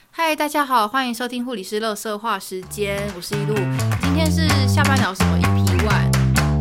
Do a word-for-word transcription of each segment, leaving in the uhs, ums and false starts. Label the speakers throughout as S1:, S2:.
S1: 嗨，大家好，欢迎收听护理师垃圾话时间，我是一路。今天是下班聊什么 E P one。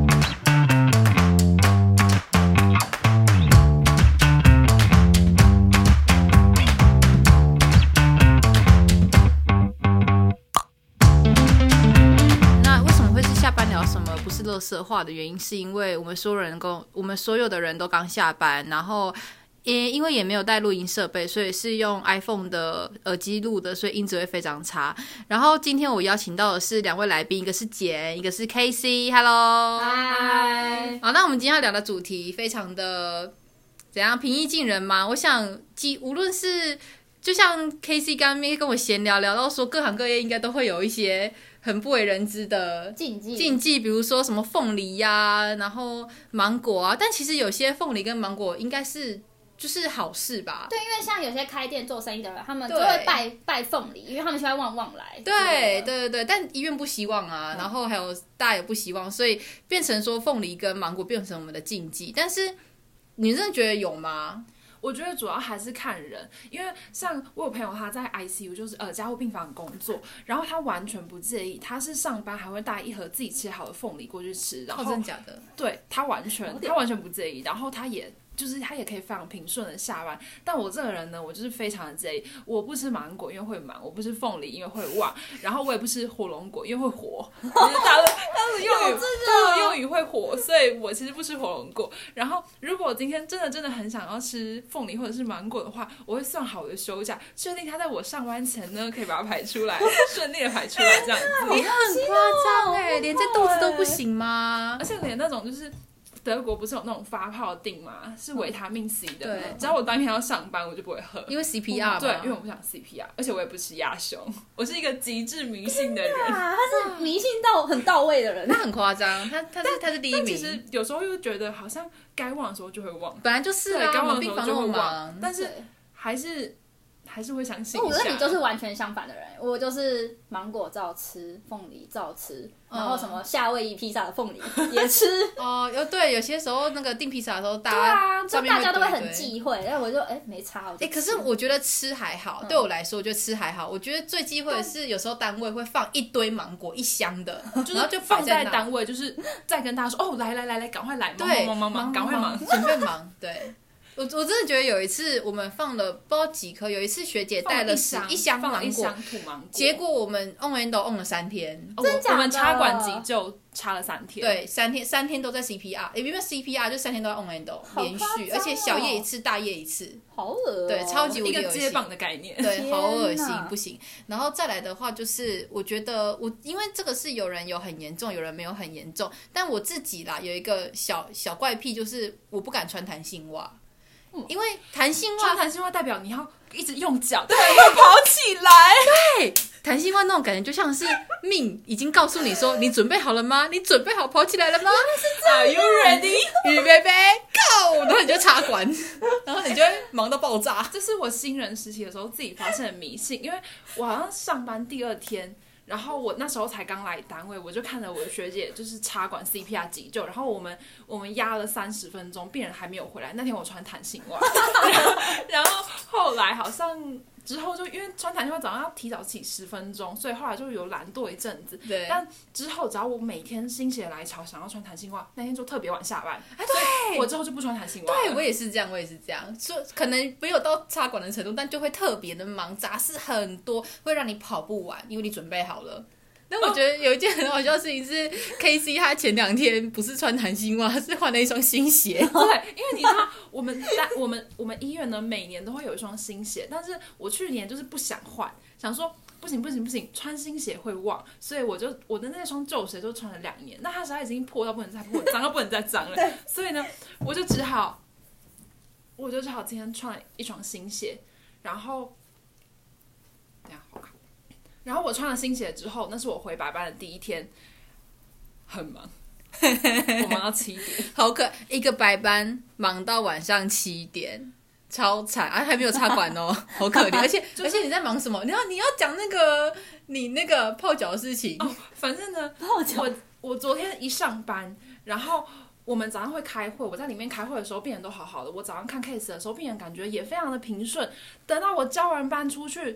S1: 那为什么会是下班聊什么，不是垃圾话的原因，是因为我们所有人都，我们所有的人都刚下班，然后。因为也没有带录音设备，所以是用 iPhone 的耳机录的，所以音质会非常差。然后今天我邀请到的是两位来宾，一个是简，一个是 K C。Hello，
S2: 嗨。
S1: 好，那我们今天要聊的主题非常的怎样平易近人吗？我想，无论是就像 K C 刚刚跟我闲聊聊到说，各行各业应该都会有一些很不为人知的
S2: 禁忌，
S1: 禁忌，比如说什么凤梨呀、啊，然后芒果啊。但其实有些凤梨跟芒果应该是。就是好事吧？
S2: 对，因为像有些开店做生意的人，他们就会拜拜凤梨，因为他们希望旺旺来。
S1: 对对对对，但医院不希望啊，嗯、然后还有大家也不希望，所以变成说凤梨跟芒果变成我们的禁忌。但是你真的觉得有吗？
S3: 我觉得主要还是看人，因为像我有朋友他在 I C U 就是呃加护病房工作，然后他完全不介意，他是上班还会带一盒自己切好的凤梨过去吃，然后、
S1: 哦、真的假的？
S3: 对，他完全他完全不介意，然后他也。就是他也可以非常平顺的下班，但我这个人呢，我就是非常的介意，我不吃芒果因为会忙，我不吃凤梨因为会旺，然后我也不吃火龙果因为会火，就是他的他的用语，他的用语会火，所以我其实不吃火龙果。然后如果我今天真的真的很想要吃凤梨或者是芒果的话，我会算好我的休假，确定他在我上班前呢可以把它排出来，顺利的排出来这样子。
S1: 你很夸张哎，连在肚子都不行吗？
S3: 而且连那种就是。德国不是有那种发泡锭吗？是维他命 C 的。
S1: 对，
S3: 只要我当天要上班，我就不会喝，
S1: 因为 C P R 嘛。
S3: 对，因为我不想 C P R， 而且我也不吃鸭胸，我是一个极致迷信的人。
S2: 啊，他是迷信到很到位的人，
S1: 他很夸张，他他是他是第一名。
S3: 但其实有时候又觉得好像该忘的时候就会忘，
S1: 本来就是啊，
S3: 该忘的时候就会
S1: 忘，
S3: 但是还是。还是会相信一下。
S2: 我跟你就是完全相反的人，我就是芒果照吃，凤梨照吃，然后什么夏威夷披萨的凤梨也吃。
S1: 哦，有对，有些时候那个订披萨的时候，大家
S2: 对啊，就大家都会很
S1: 对
S2: 忌讳，但我就哎没差。哎、
S1: 欸，可是我觉得吃还好，嗯、对我来说，我觉得吃还好。我觉得最忌讳的是有时候单位会放一堆芒果，一箱的，然后就
S3: 放在单位，就是再跟大家说哦，来来来来，赶快来，
S1: 对，
S3: 忙忙忙，赶快忙，
S1: 准备忙，对。我我真的觉得有一次我们放了不知道几颗，有一次学姐带了十一箱芒果，
S3: 土芒果，
S1: 结果我们 on endo on 了三天，
S2: 哦、真假的？
S3: 我们插管急救插了三天，
S1: 对，三天三天都在 C P R， 因为 C P R 就三天都在 on endo 连续，而且小夜一次，大夜一次，
S2: 好恶、哦，
S1: 对，超级无敌恶心，
S3: 一个接棒的概念，
S1: 对，好恶心，不行。然后再来的话就是，我觉得我因为这个是有人有很严重，有人没有很严重，但我自己啦有一个小小怪癖，就是我不敢穿弹性袜。因为弹性袜，
S3: 穿弹性袜代表你要一直用脚，对，要跑起来。
S1: 对，弹性袜那种感觉就像是命已经告诉你说，你准备好了吗？你准备好跑起来了吗？
S2: 是
S3: Are you ready？
S1: 预备备 ，Go！ 然后你就插管，然后你就会忙到爆炸。
S3: 这是我新人实习的时候自己发现的迷信，因为我好像上班第二天。然后我那时候才刚来单位，我就看着我的学姐就是插管 C P R 急救，然后我们我们压了三十分钟，病人还没有回来。那天我穿弹性袜，然后然后后来好像之后就因为穿弹性袜早上要提早起十分钟，所以后来就有懒惰一阵子。
S1: 对。
S3: 但之后只要我每天心血来潮想要穿弹性袜，那天就特别晚下班。
S1: 啊，对。
S3: 我之后就不穿弹性袜。
S1: 对，我也是这样，我也是这样。所以可能没有到插管的程度，但就会特别的忙，杂事很多，会让你跑不完，因为你准备好了。但我觉得有一件很好笑的事情是 ，K C 他前两天不是穿弹性袜，是换了一双新鞋。
S3: 对，因为你知道，我们我们我们医院呢，每年都会有一双新鞋，但是我去年就是不想换，想说不行不行不行，穿新鞋会忘，所以我就我的那双旧鞋就穿了两年，那它实在已经破到不能再破，脏到不能再脏了，所以呢，我就只好，我就只好今天穿了一双新鞋，然后，等下好看。然后我穿了新鞋之后，那是我回白班的第一天，很忙，我忙到七点，
S1: 好可一个白班忙到晚上七点，超惨啊！还没有插管哦，好可怜。而且、就是、而且你在忙什么？你要你要讲那个你那个泡脚的事情
S3: 哦。反正呢，
S2: 泡脚，
S3: 我我昨天一上班，然后我们早上会开会，我在里面开会的时候，病人都好好的。我早上看 case 的时候，病人感觉也非常的平顺。等到我交完班出去。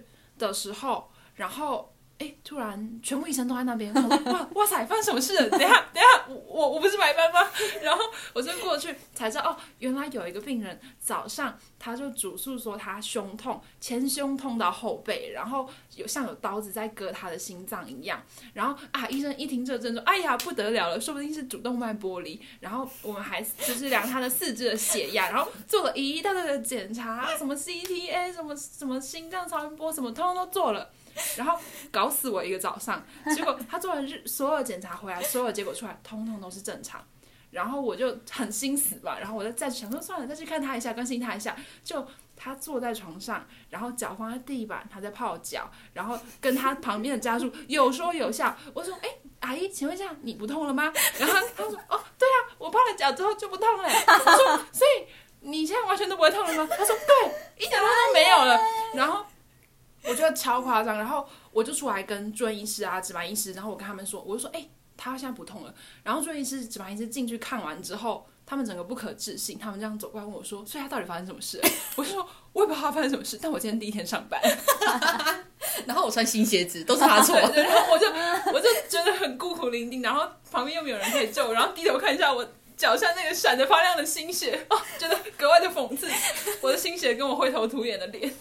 S3: 的时候，然后。哎，突然全部医生都在那边，哇哇塞，发生什么事了？等一下等一下，我我不是白班吗？然后我就过去才知道，哦，原来有一个病人早上他就主诉说他胸痛，前胸痛到后背，然后有像有刀子在割他的心脏一样。然后啊，医生一听这症状，哎呀不得了了，说不定是主动脉剥离。然后我们还就是量他的四肢的血压，然后做了一大堆的检查，什么 C T A， 什么什么心脏超音波，什么通通都做了。然后搞死我一个早上，结果他做完日所有检查回来，所有结果出来，通通都是正常。然后我就很心死吧，然后我就再去想说算了，再去看他一下，关心他一下。就他坐在床上，然后脚放在地板，他在泡脚，然后跟他旁边的家属有说有笑。我说：“哎，阿姨，请问一下，你不痛了吗？”然后他说：“哦，对啊，我泡了脚之后就不痛了。”我说：“所以你现在完全都不会痛了吗？”他说：“对，一点痛都没有了。”然后。我觉得超夸张，然后我就出来跟住院医师啊、值班医师，然后我跟他们说，我就说，哎、欸，他现在不痛了。然后住院医师、值班医师进去看完之后，他们整个不可置信，他们这样走过来问我说，所以他到底发生什么事了？我就说，我也不知道他发生什么事，但我今天第一天上班，
S1: 然后我穿新鞋子，都是他错。
S3: 然后我就我就觉得很孤苦伶仃，然后旁边又没有人可以救我，然后低头看一下我。脚下那个闪着发亮的新血，哦，觉得格外的讽刺。我的新血跟我灰头土脸的脸，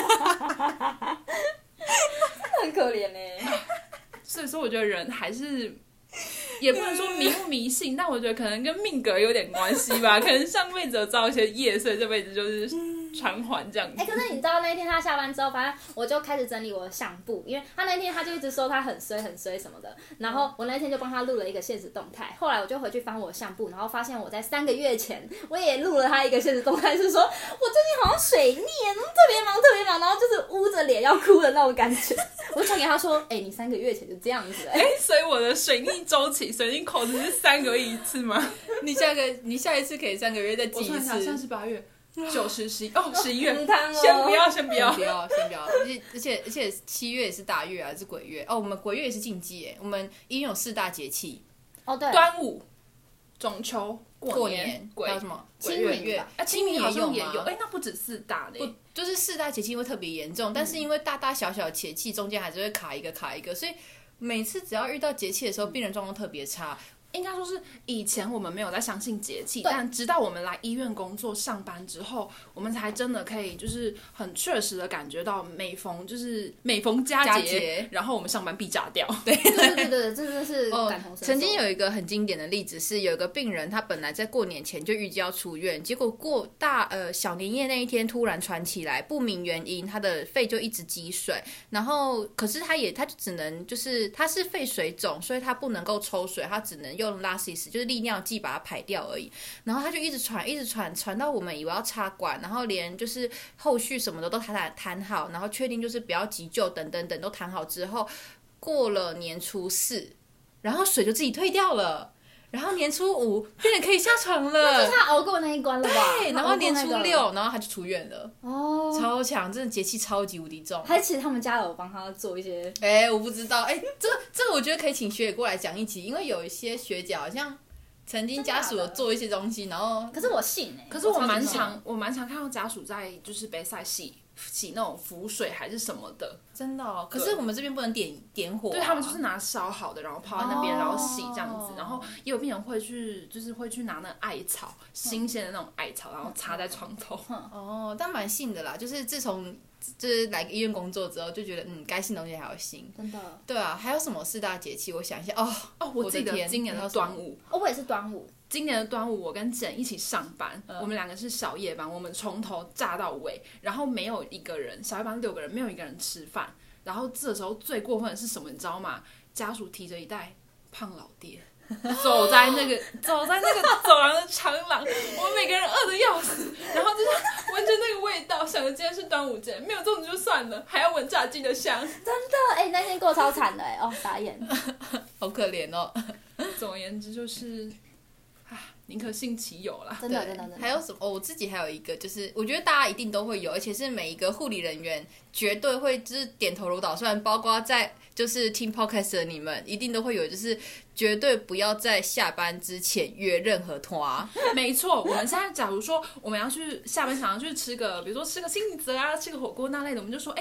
S2: 很可怜呢。
S3: 所以说，我觉得人还是也不能说迷不迷信，但我觉得可能跟命格有点关系吧。可能上辈子有造一些业，所以这辈子就是偿还这样子。
S2: 哎、欸，可是你知道那天他下班之后，反正我就开始整理我的相簿，因为他那天他就一直说他很衰很衰什么的，然后我那天就帮他录了一个限时动态。后来我就回去翻我的相簿，然后发现我在三个月前我也录了他一个限时动态，是说我最近好像水逆，怎么特别忙特别忙，然后就是捂着脸要哭的那种感觉。我就传给他说，哎、欸，你三个月前就这样子、欸，哎、
S3: 欸，所以我的水逆周期、水逆口子是三个月一次吗？
S1: 你下个你下一次可以三个月再记一次。
S3: 我算一下，现在是八月。九十十一哦，十一月，
S2: 哦、
S3: 先不要，先不要，
S1: 先不要，先不要。而且而且而且七月也是大月啊，是鬼月哦。我们鬼月也是禁忌耶。我们医院有四大节气，
S2: 哦对，
S3: 端午、中秋、过
S1: 年，
S3: 鬼
S1: 还有什么？
S2: 清明
S1: 月
S3: 啊，清明好像也有。
S1: 哎，
S3: 那不止四大嘞，
S1: 就是四大节气会特别严重，但是因为大大小小的节气中间还是会卡一个卡一个，所以每次只要遇到节气的时候，病人状况特别差。
S3: 应该说是以前我们没有在相信节气，但直到我们来医院工作上班之后，我们才真的可以就是很确实的感觉到每逢就是每逢佳 节,
S1: 佳节
S3: 然后我们上班必炸掉。
S2: 对对对对对，真的是感同身受、哦。
S1: 曾经有一个很经典的例子是，有一个病人他本来在过年前就预计要出院，结果过大呃小年夜那一天突然传起来，不明原因他的肺就一直积水，然后可是他也他就只能就是他是肺水肿，所以他不能够抽水，他只能用拉稀就是利尿剂把它排掉而已，然后他就一直传一直传传到我们以为要插管，然后连就是后续什么的都谈谈好，然后确定就是不要急救等等等都谈好之后，过了年初四，然后水就自己退掉了。然后年初五病人可以下床了，
S2: 那就是他熬过那一关了吧？
S1: 对，然后年初六，然后他就出院了。
S2: 哦，
S1: 超强，真的节气超级无敌重。
S2: 还其实他们家有帮他做一些，
S1: 哎、欸，我不知道，哎、欸，这个这个我觉得可以请学姐过来讲一集，因为有一些学姐好像曾经家属有做一些东西，然后
S2: 可是我信哎、欸，
S3: 可是我蛮常我蛮常看到家属在就是杯赛洗洗那种浮水还是什么的。
S1: 真的哦，可是我们这边不能点点火、啊，
S3: 对，他们就是拿烧好的，然后泡在那边，哦、然后洗这样子，然后也有病人会去，就是会去拿那艾草，嗯、新鲜的那种艾草，然后插在床头。
S1: 哦，但蛮信的啦，就是自从就是来医院工作之后，就觉得嗯，该信的东西还要信。
S2: 真的。
S1: 对啊，还有什么四大节气？我想一下，哦
S3: 哦，我记得今年的端午，
S2: 哦，我也是端午。
S3: 今年的端午，我跟简一起上班，嗯、我们两个是小夜班，我们从头炸到尾，然后没有一个人，小夜班六个人，没有一个人吃饭。然后这时候最过分的是什么？你知道吗？家属提着一袋胖老爹，走在那个走在那个走廊的长廊，我们每个人饿得要死，然后就是闻着那个味道，想着今天是端午节，没有粽子就算了，还要闻炸鸡的香。
S2: 真的，哎、欸，那天过超惨的，哎，哦，傻眼，
S1: 好可怜哦。
S3: 总而言之就是。宁可信其有啦，
S2: 真的真的真的。
S1: 还有什么？哦，我自己还有一个，就是我觉得大家一定都会有，而且是每一个护理人员绝对会就是点头如捣蒜，包括在就是听 podcast 的你们一定都会有，就是绝对不要在下班之前约任何团。
S3: 没错，我们现在假如说我们要去下班想要去吃个，比如说吃个亲子啊，吃个火锅那类的，我们就说，哎、欸，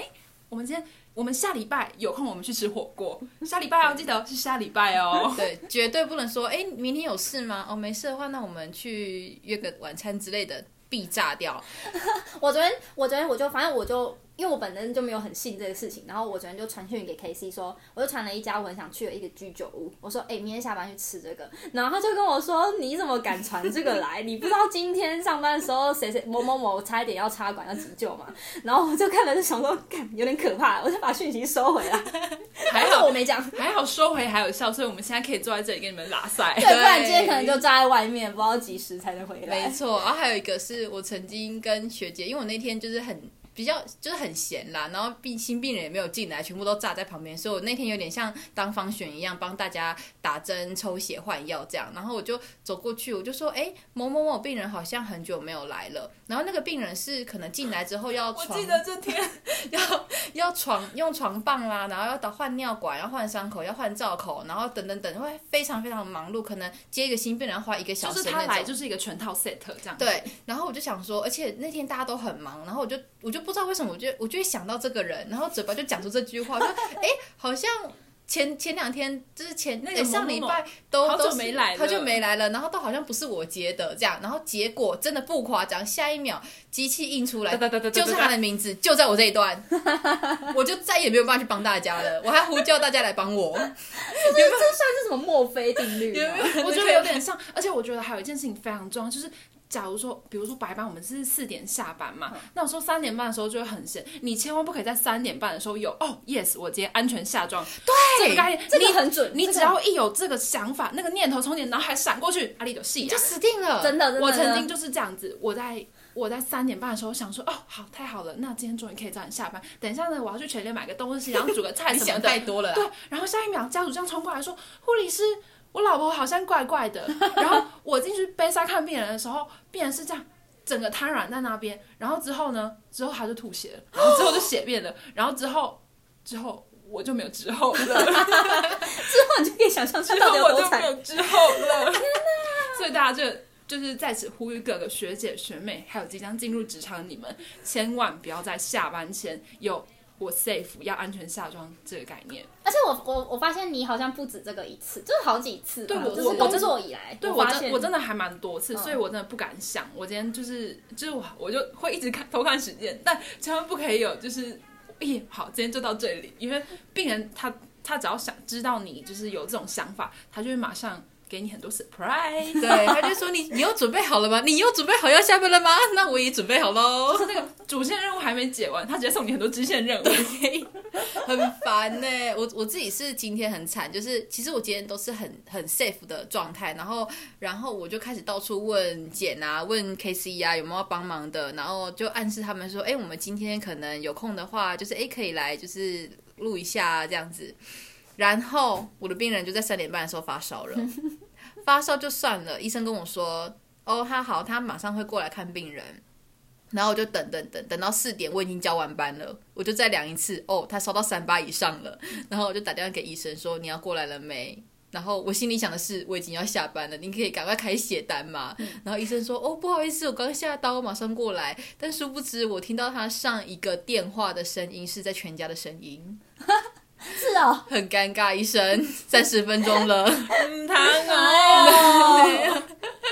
S3: 我们今天我们下礼拜有空我们去吃火锅，下礼拜要记得是下礼拜哦。
S1: 对，绝对不能说哎，明天有事吗？哦，没事的话，那我们去约个晚餐之类的，必炸掉。
S2: 我昨天，我昨天我就反正我就。因为我本身就没有很信这个事情，然后我昨天就传讯给 K C 说，我就传了一家我很想去的一个居酒屋，我说，哎、欸，明天下班去吃这个，然后他就跟我说，你怎么敢传这个来？你不知道今天上班的时候谁谁某某某差一点要插管要急救嘛？然后我就看了就想说，干有点可怕，我就把讯息收回来。
S3: 还好
S2: 我没讲，
S3: 还好收回还有效，所以我们现在可以坐在这里跟你们拉塞。
S2: 对，不然今天可能就站在外面，不知道几时才能回来。
S1: 没错，然后还有一个是我曾经跟学姐，因为我那天就是很。比较就是很闲啦，然后病新病人也没有进来，全部都炸在旁边，所以我那天有点像当方选一样，帮大家打针、抽血、换药这样。然后我就走过去，我就说：“哎，某某某病人好像很久没有来了。”然后那个病人是可能进来之后要床，
S3: 我记得这天
S1: 要要床用床棒啦，然后要打换尿管，要换伤口，要换罩口，然后等等等，会非常非常忙碌，可能接一个新病人要花一个小时
S3: 就是他来就是一个全套 set 这样。
S1: 对，然后我就想说，而且那天大家都很忙，然后我就我就不知道为什么，我就我就会想到这个人，然后嘴巴就讲出这句话，就哎，好像前前两天就是前
S3: 那个
S1: 上礼拜都
S3: 好久没来了，
S1: 好久没来了，然后都好像不是我接的这样，然后结果真的不夸张，下一秒机器印出来就是他的名字，就在我这一段，我就再也没有办法去帮大家了，我还呼叫大家来帮我。
S2: 这这算是什么墨菲定律吗？
S3: 我觉得有点像，而且我觉得还有一件事情非常重要，就是。假如说，比如说白班，我们是四点下班嘛，嗯、那我说三点半的时候就会很闲，你千万不可以在三点半的时候有哦 ，yes， 我今天安全下妆，
S1: 对，
S3: 这个概念，
S2: 这个很准，
S3: 你只要一有这个想法，那个念头从你的脑海闪过去，阿里就戏，
S1: 就死定了，
S2: 真的，真的。
S3: 我曾经就是这样子，我在我在三点半的时候想说，哦，好，太好了，那今天终于可以早点下班，等一下呢，我要去全联买个东西，然后煮个菜什么的，
S1: 你想太多了啦，
S3: 对，然后下一秒家属这样冲过来说，护理师。我老婆好像怪怪的，然后我进去杯塞看病人的时候，病人是这样整个瘫软在那边，然后之后呢，之后他就吐血了，然后之后就血便了，然后之后之后我就没有之后了，之
S2: 后你就可以想象出到底有多惨，
S3: 之后我就没有之后了，所以大家就就是在此呼吁各个学姐学妹，还有即将进入职场的你们，千万不要在下班前有。我 safe 要安全下妆这个概念，
S2: 而且我我我发现你好像不止这个一次，就是好几次。
S3: 对，我
S2: 就是工作以来，
S3: 对
S2: 我发现
S3: 我真的还蛮多次，嗯、所以我真的不敢想。我今天就是就是我我就会一直看偷看时间，但千万不可以有就是咦好，今天就到这里，因为病人他他只要想知道你就是有这种想法，他就会马上。给你很多 surprise，
S1: 对，他就说你你又准备好了吗？你又准备好要下班了吗？那我也准备好喽。
S3: 就是那个主线任务还没解完，他直接送你很多支线任务，
S1: 很烦呢、欸。我我自己是今天很惨，就是其实我今天都是很很 safe 的状态，然后然后我就开始到处问简啊，问 K C 啊有没有帮忙的，然后就暗示他们说，哎、欸，我们今天可能有空的话，就是哎、欸、可以来就是录一下这样子。然后我的病人就在三点半的时候发烧了，发烧就算了，医生跟我说，哦，他好，他马上会过来看病人。然后我就等等等等到四点，我已经交完班了，我就再量一次，哦，他烧到三八以上了。然后我就打电话给医生说，你要过来了没？然后我心里想的是，我已经要下班了，你可以赶快开血单嘛。嗯、然后医生说，哦，不好意思，我刚下刀，我马上过来。但殊不知，我听到他上一个电话的声音是在全家的声音。
S2: 是哦，
S1: 很尴尬，医生，三十分钟了，
S3: 嗯，他哦，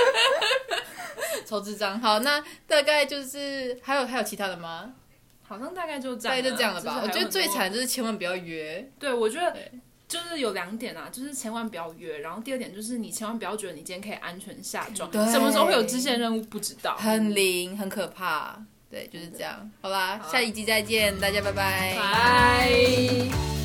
S1: 超智障。好，那大概就是还有还有其他的吗？
S3: 好像大概就这样，
S1: 大概就这样了吧。我觉得最惨就是千万不要约。
S3: 对，我觉得就是有两点啊，就是千万不要约，然后第二点就是你千万不要觉得你今天可以安全下妆，什么时候会有支线任务不知道，
S1: 很灵，很可怕。对，就是这样。好啦，下一集再见，大家拜拜。
S3: 拜。